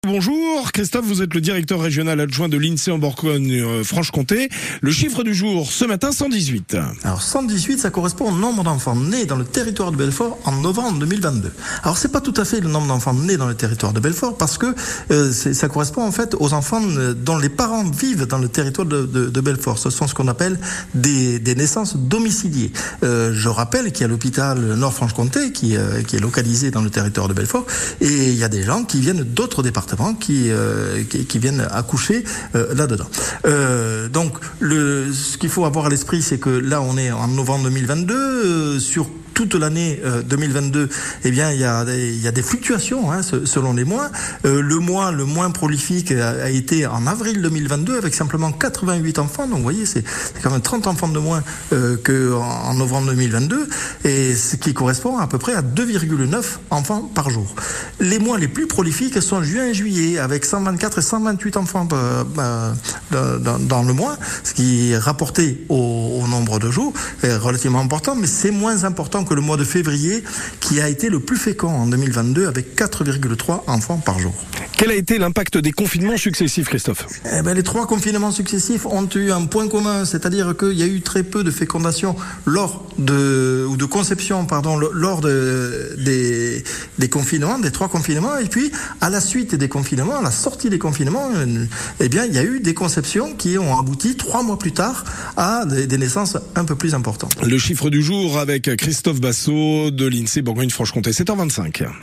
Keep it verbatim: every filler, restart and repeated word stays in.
Bonjour, Christophe, vous êtes le directeur régional adjoint de l'INSEE en Bourgogne-Franche-Comté. Le chiffre du jour, ce matin, cent dix-huit. Alors cent dix-huit, ça correspond au nombre d'enfants nés dans le territoire de Belfort en novembre deux mille vingt-deux. Alors c'est pas tout à fait le nombre d'enfants nés dans le territoire de Belfort parce que euh, ça correspond en fait aux enfants dont les parents vivent dans le territoire de, de, de Belfort. Ce sont ce qu'on appelle des, des naissances domiciliées. Euh, je rappelle qu'il y a l'hôpital Nord-Franche-Comté qui, euh, qui est localisé dans le territoire de Belfort et il y a des gens qui viennent d'autres départements Qui, euh, qui, qui viennent accoucher euh, là-dedans. Euh, donc, le, ce qu'il faut avoir à l'esprit, c'est que là, on est en novembre deux mille vingt-deux, euh, sur toute l'année euh, deux mille vingt-deux, eh bien, il y a, il y a des fluctuations hein, selon les mois. Euh, le mois le moins prolifique a, a été en avril deux mille vingt-deux, avec simplement quatre-vingt-huit enfants. Donc, vous voyez, c'est, c'est quand même trente enfants de moins euh, qu'en en novembre deux mille vingt-deux, et ce qui correspond à peu près à deux virgule neuf enfants par jour. Les mois les plus prolifiques sont juin et juillet, avec cent vingt-quatre et cent vingt-huit enfants euh, dans, dans le mois, ce qui est rapporté au, au nombre de jours est relativement important, mais c'est moins important que le mois de février, qui a été le plus fécond en deux mille vingt-deux, avec quatre virgule trois enfants par jour. Quel a été l'impact des confinements successifs, Christophe ? Eh ben, les trois confinements successifs ont eu un point commun, c'est-à-dire qu'il y a eu très peu de fécondation lors de, ou de conception, pardon, lors de, des, des confinements, des trois confinements, et puis à la suite des confinements, à la sortie des confinements, eh bien, il y a eu des conceptions qui ont abouti trois mois plus tard à des, des naissances un peu plus importantes. Le chiffre du jour avec Christophe Bassot de l'INSEE Bourgogne-Franche-Comté, sept heures vingt-cinq.